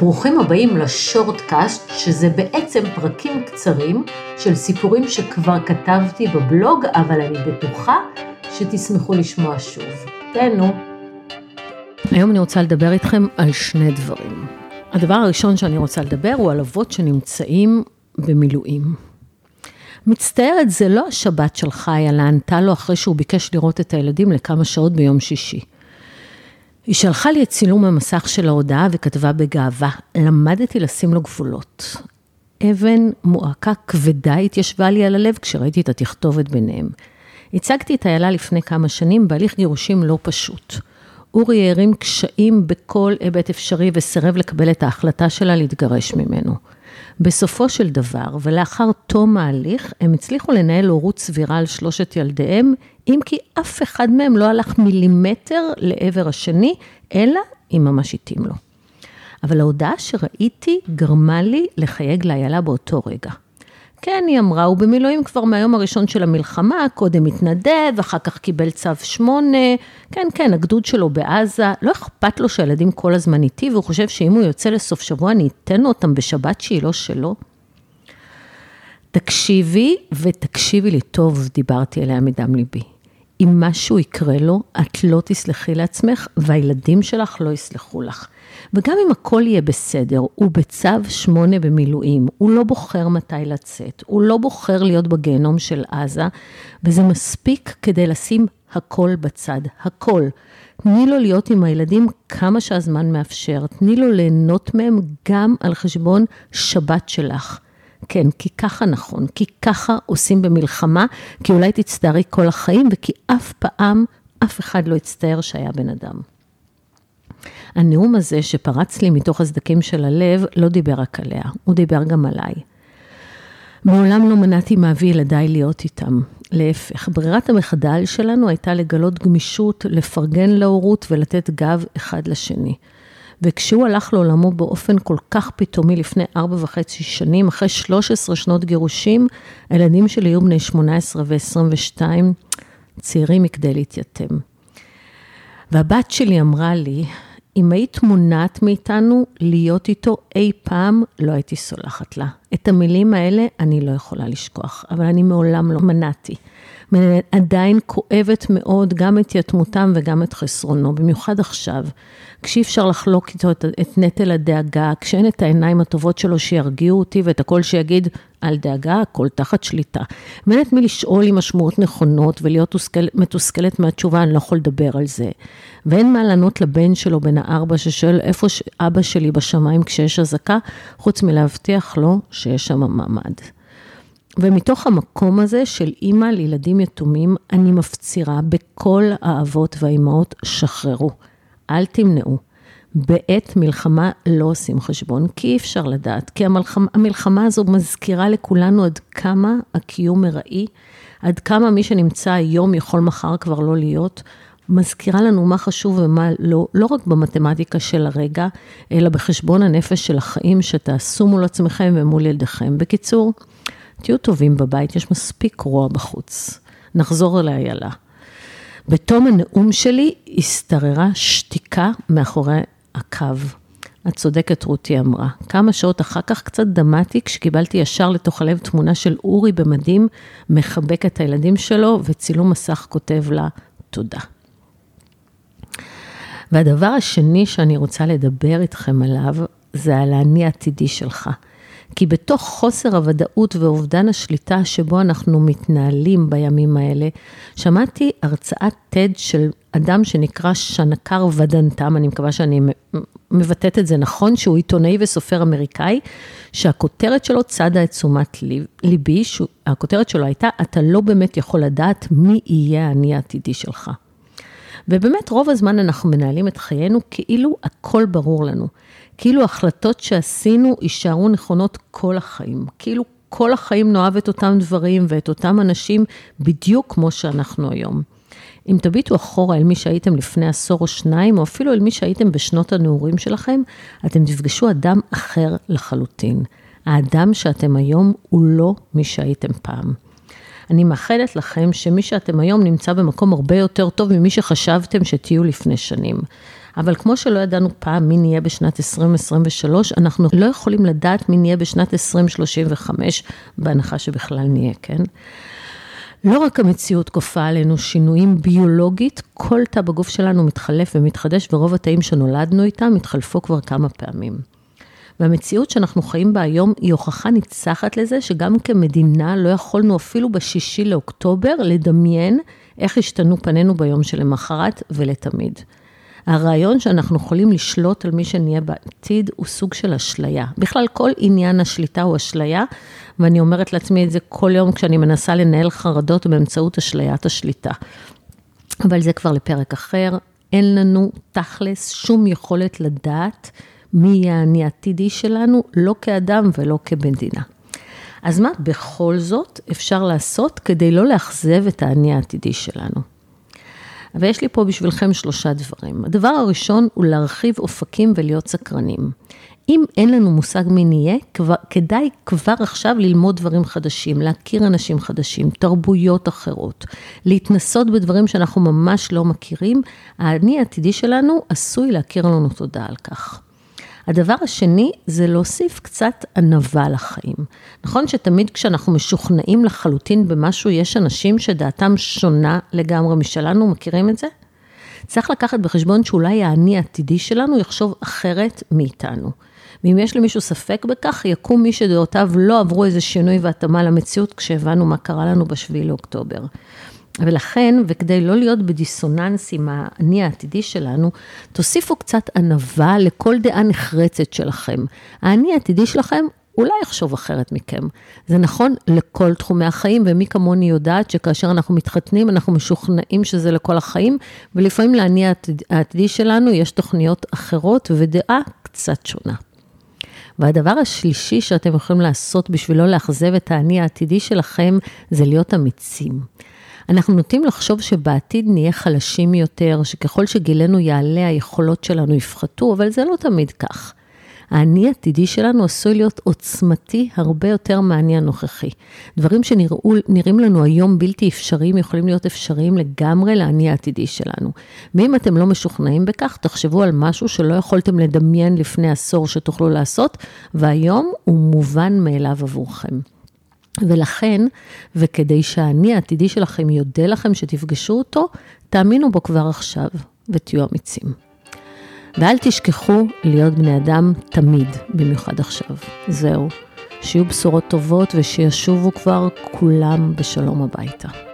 ברוכים הבאים לשורטקאסט, שזה בעצם פרקים קצרים של סיפורים שכבר כתבתי בבלוג, אבל אני בטוחה שתשמחו לשמוע שוב. תהנו. היום אני רוצה לדבר איתכם על שני דברים. הדבר הראשון שאני רוצה לדבר הוא על אבות שנמצאים במילואים. מצטערת, זה לא השבת שלך, אלא ענתה לו אחרי שהוא ביקש לראות את הילדים לכמה שעות ביום שישי. היא שלחה לי את צילום המסך של ההודעה וכתבה בגאווה, למדתי לשים לו גבולות. אבן מועקה כבדה התיישבה לי על הלב כשראיתי את התכתובת ביניהם. הצגתי את איילה לפני כמה שנים בהליך גירושים לא פשוט. אורי הערים קשיים בכל היבט אפשרי וסירב לקבל את ההחלטה שלה להתגרש ממנו. בסופו של דבר, ולאחר תום ההליך, הם הצליחו לנהל הורות סבירה על שלושת ילדיהם, אם כי אף אחד מהם לא הלך מילימטר לעבר השני, אלא אם ממש התאים לו. אבל ההודעה שראיתי גרמה לי לחייג לאיילה באותו רגע. כן, היא אמרה, הוא במילואים כבר מהיום הראשון של המלחמה, קודם התנדב, אחר כך קיבל צו 8, כן, הגדוד שלו בעזה, לא אכפת לו שהילדים כל הזמן איתי, והוא חושב שאם הוא יוצא לסוף שבוע, אני אתן לו אותם בשבת שהיא לא שלו. תקשיבי ותקשיבי לי טוב, דיברתי אליה מדם ליבי. אם משהו יקרה לו, את לא תסלחי לעצמך, והילדים שלך לא יסלחו לך. וגם אם הכל יהיה בסדר, הוא בצו 8 במילואים, הוא לא בוחר מתי לצאת, הוא לא בוחר להיות בגיהנום של עזה, וזה מספיק כדי לשים הכל בצד, הכל. תני לו להיות עם הילדים כמה שהזמן מאפשר, תני לו ליהנות מהם גם על חשבון שבת שלך. כן, כי ככה נכון, כי ככה עושים במלחמה, כי אולי תצטערי כל החיים, וכי אף פעם אף אחד לא יצטער שהיה בן אדם. הנאום הזה שפרץ לי מתוך הסדקים של הלב, לא דיבר רק עליה, הוא דיבר גם עליי. מעולם לא מנעתי מאבי ילדיי להיות איתם. להפך, ברירת המחדל שלנו הייתה לגלות גמישות, לפרגן להורות ולתת גב אחד לשני. וכשהוא הלך לעולמו באופן כל כך פתאומי לפני 4.5 שנים, אחרי 13 שנות גירושים, הילדים שלי היו בני 18 ו-22, צעירים מכדי להתייתם. והבת שלי אמרה לי, אם היית מונעת מאיתנו להיות איתו אי פעם, לא הייתי סולחת לה. את המילים האלה אני לא יכולה לשכוח, אבל אני מעולם לא מנעתי. עדיין כואבת מאוד גם את יתמותם וגם את חסרונו, במיוחד עכשיו, כשאי אפשר לחלוק איתו את נטל הדאגה, כשאין את העיניים הטובות שלו שירגיעו אותי ואת הכל שיגיד על דאגה, הכל תחת שליטה. ואין את מי לשאול עם משמעות נכונות ולהיות מתוסכלת מהתשובה, אני לא יכול לדבר על זה. ואין מה לענות לבן שלו בן 4 ששואל איפה אבא שלי בשמיים כשיש הזקה, חוץ מלהבטיח לו שיש שם מעמד. ומתוך המקום הזה של אימא לילדים יתומים, אני מפצירה בכל האבות והאימהות שחררו. אל תמנעו. בעת מלחמה לא עושים חשבון, כי אי אפשר לדעת, כי המלחמה הזו מזכירה לכולנו עד כמה הקיום מראי, עד כמה מי שנמצא היום יכול מחר כבר לא להיות, מזכירה לנו מה חשוב ומה לא, לא רק במתמטיקה של הרגע, אלא בחשבון הנפש של החיים שתעשו מול עצמכם ומול ילדיכם. בקיצור, תהיו טובים בבית, יש מספיק רוע בחוץ. נחזור אל איילה. בתום הנאום שלי הסתררה שתיקה מאחורי הקו. את צודקת, רותי אמרה. כמה שעות אחר כך קצת דמעתי כשקיבלתי ישר לתוך הלב תמונה של אורי במדים, מחבק את הילדים שלו וצילום מסך כותב לה תודה. והדבר השני שאני רוצה לדבר איתכם עליו, זה על האני העתידי שלך. כי בתוך חוסר הוודאות ואובדן השליטה שבו אנחנו מתנהלים בימים האלה, שמעתי הרצאת TED של אדם שנקרא שנקר ודנתם, אני מקווה שאני מבטאת את זה נכון, שהוא עיתונאי וסופר אמריקאי, שהכותרת שלו צדה את תשומת ליבי, הכותרת שלו הייתה, אתה לא באמת יכול לדעת מי יהיה האני העתידי שלך. ובאמת רוב הזמן אנחנו מנהלים את חיינו כאילו הכל ברור לנו. כאילו החלטות שעשינו יישארו נכונות כל החיים. כאילו כל החיים נאהב את אותם דברים ואת אותם אנשים בדיוק כמו שאנחנו היום. אם תביטו אחורה אל מי שהייתם לפני 1 או 2, או אפילו אל מי שהייתם בשנות הנעורים שלכם, אתם תפגשו אדם אחר לחלוטין. האדם שאתם היום הוא לא מי שהייתם פעם. אני מאחלת לכם שמי שאתם היום נמצא במקום הרבה יותר טוב ממי שחשבתם שתהיו לפני שנים. אבל כמו שלא ידענו פעם מי נהיה בשנת 2023, אנחנו לא יכולים לדעת מי נהיה בשנת 2035, בהנחה שבכלל נהיה, כן? לא רק המציאות כופה עלינו שינויים ביולוגית, כל תא בגוף שלנו מתחלף ומתחדש, ורוב התאים שנולדנו איתם מתחלפו כבר כמה פעמים. והמציאות שאנחנו חיים בה היום היא הוכחה ניצחת לזה, שגם כמדינה לא יכולנו אפילו ב6 לאוקטובר לדמיין איך השתנו פנינו ביום שלמחרת ולתמיד. הרעיון שאנחנו יכולים לשלוט על מי שנהיה בעתיד הוא סוג של אשליה. בכלל כל עניין השליטה הוא אשליה, ואני אומרת לעצמי את זה כל יום כשאני מנסה לנהל חרדות באמצעות אשליית השליטה. אבל זה כבר לפרק אחר, אין לנו תכלס שום יכולת לדעת מי יהיה האני העתידי שלנו, לא כאדם ולא כמדינה. אז מה בכל זאת אפשר לעשות כדי לא לאכזב את האני העתידי שלנו? ויש לי פה בשבילכם 3 דברים. הדבר הראשון הוא להרחיב אופקים ולהיות סקרנים. אם אין לנו מושג מי נהיה, כדאי כבר עכשיו ללמוד דברים חדשים, להכיר אנשים חדשים, תרבויות אחרות, להתנסות בדברים שאנחנו ממש לא מכירים, האני העתידי שלנו עשוי להכיר לנו תודה על כך. הדבר השני זה להוסיף קצת ענווה לחיים. נכון שתמיד כשאנחנו משוכנעים לחלוטין במשהו, יש אנשים שדעתם שונה לגמרי משלנו, מכירים את זה? צריך לקחת בחשבון שאולי האני העתידי שלנו יחשוב אחרת מאיתנו. ואם יש למישהו ספק בכך, יקום מי שדעותיו לא עברו איזה שינוי והתאמה למציאות, כשהבנו מה קרה לנו ב7 לאוקטובר. ולכן, וכדי לא להיות בדיסוננס עם האני העתידי שלנו, תוסיפו קצת ענווה לכל דעה נחרצת שלכם. האני העתידי שלכם אולי יחשוב אחרת מכם. זה נכון לכל תחומי החיים, ומי כמוני יודעת שכאשר אנחנו מתחתנים, אנחנו משוכנעים שזה לכל החיים, ולפעמים לאני העתידי שלנו יש תוכניות אחרות ודעה קצת שונה. והדבר השלישי שאתם יכולים לעשות בשביל לא לאכזב את האני העתידי שלכם, זה להיות אמיצים. אנחנו נוטים לחשוב שבעתיד נהיה חלשים יותר, שככל שגילנו יעלה, היכולות שלנו יפחתו, אבל זה לא תמיד כך. האני העתידי שלנו עשוי להיות עוצמתי הרבה יותר מהאני הנוכחי. דברים שנראים לנו היום בלתי אפשריים, יכולים להיות אפשריים לגמרי לאני העתידי שלנו. ואם אתם לא משוכנעים בכך, תחשבו על משהו שלא יכולתם לדמיין לפני עשור שתוכלו לעשות, והיום הוא מובן מאליו עבורכם. ולכן, וכדי שהאני העתידי שלכם יודע לכם שתפגשו אותו, תאמינו בו כבר עכשיו ותהיו אמיצים. ואל תשכחו להיות בני אדם תמיד, במיוחד עכשיו. זהו, שיהיו בשורות טובות ושישובו כבר כולם בשלום הביתה.